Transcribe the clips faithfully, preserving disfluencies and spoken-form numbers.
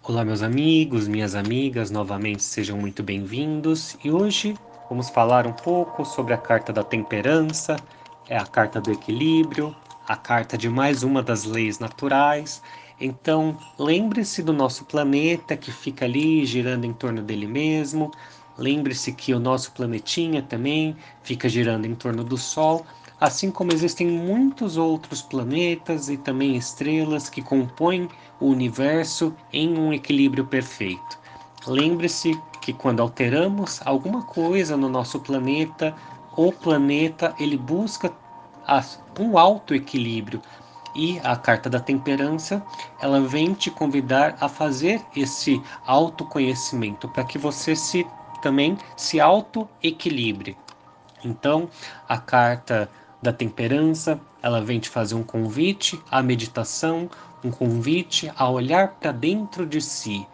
Olá, meus amigos, minhas amigas, novamente sejam muito bem-vindos. E hoje vamos falar um pouco sobre a carta da temperança, é a carta do equilíbrio, a carta de mais uma das leis naturais. Então, lembre-se do nosso planeta que fica ali girando em torno dele mesmo. Lembre-se que o nosso planetinha também fica girando em torno do Sol, assim como existem muitos outros planetas e também estrelas que compõem o universo em um equilíbrio perfeito. Lembre-se que quando alteramos alguma coisa no nosso planeta, o planeta ele busca um alto equilíbrio. E a carta da temperança, ela vem te convidar a fazer esse autoconhecimento para que você se também se auto-equilibre. Então, a carta da temperança, ela vem te fazer um convite à meditação, um convite a olhar para dentro de si,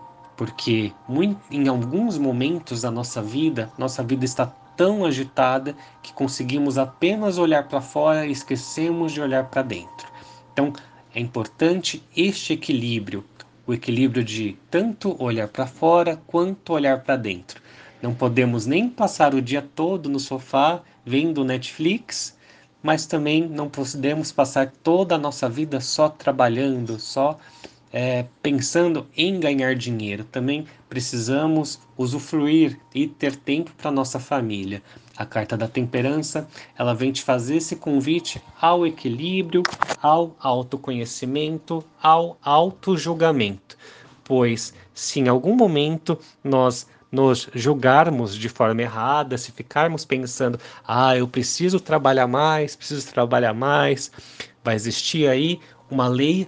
porque em alguns momentos da nossa vida, nossa vida está tão agitada que conseguimos apenas olhar para fora e esquecemos de olhar para dentro. Então, é importante este equilíbrio, o equilíbrio de tanto olhar para fora quanto olhar para dentro. Não podemos nem passar o dia todo no sofá vendo Netflix, mas também não podemos passar toda a nossa vida só trabalhando, só é, pensando em ganhar dinheiro. Também precisamos usufruir e ter tempo para nossa família. A carta da temperança, ela vem te fazer esse convite ao equilíbrio, ao autoconhecimento, ao autojulgamento. Pois se em algum momento nós nos julgarmos de forma errada, se ficarmos pensando, ah, eu preciso trabalhar mais, preciso trabalhar mais, vai existir aí uma lei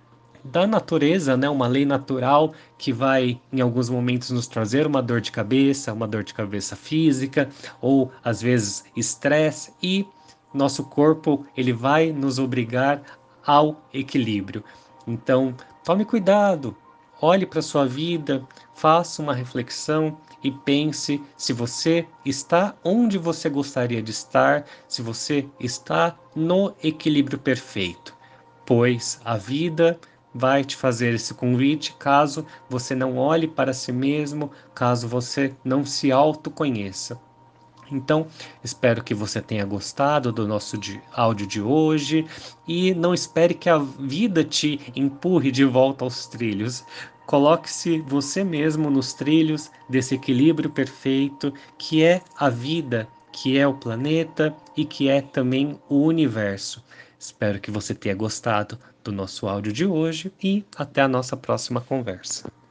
da natureza, né? Uma lei natural que vai, em alguns momentos, nos trazer uma dor de cabeça, uma dor de cabeça física, ou às vezes estresse, e nosso corpo ele vai nos obrigar ao equilíbrio. Então, tome cuidado, olhe para a sua vida, faça uma reflexão e pense se você está onde você gostaria de estar, se você está no equilíbrio perfeito, pois a vida vai te fazer esse convite caso você não olhe para si mesmo, caso você não se autoconheça. Então, espero que você tenha gostado do nosso de, áudio de hoje e não espere que a vida te empurre de volta aos trilhos. Coloque-se você mesmo nos trilhos desse equilíbrio perfeito que é a vida, que é o planeta e que é também o universo. Espero que você tenha gostado do nosso áudio de hoje e até a nossa próxima conversa.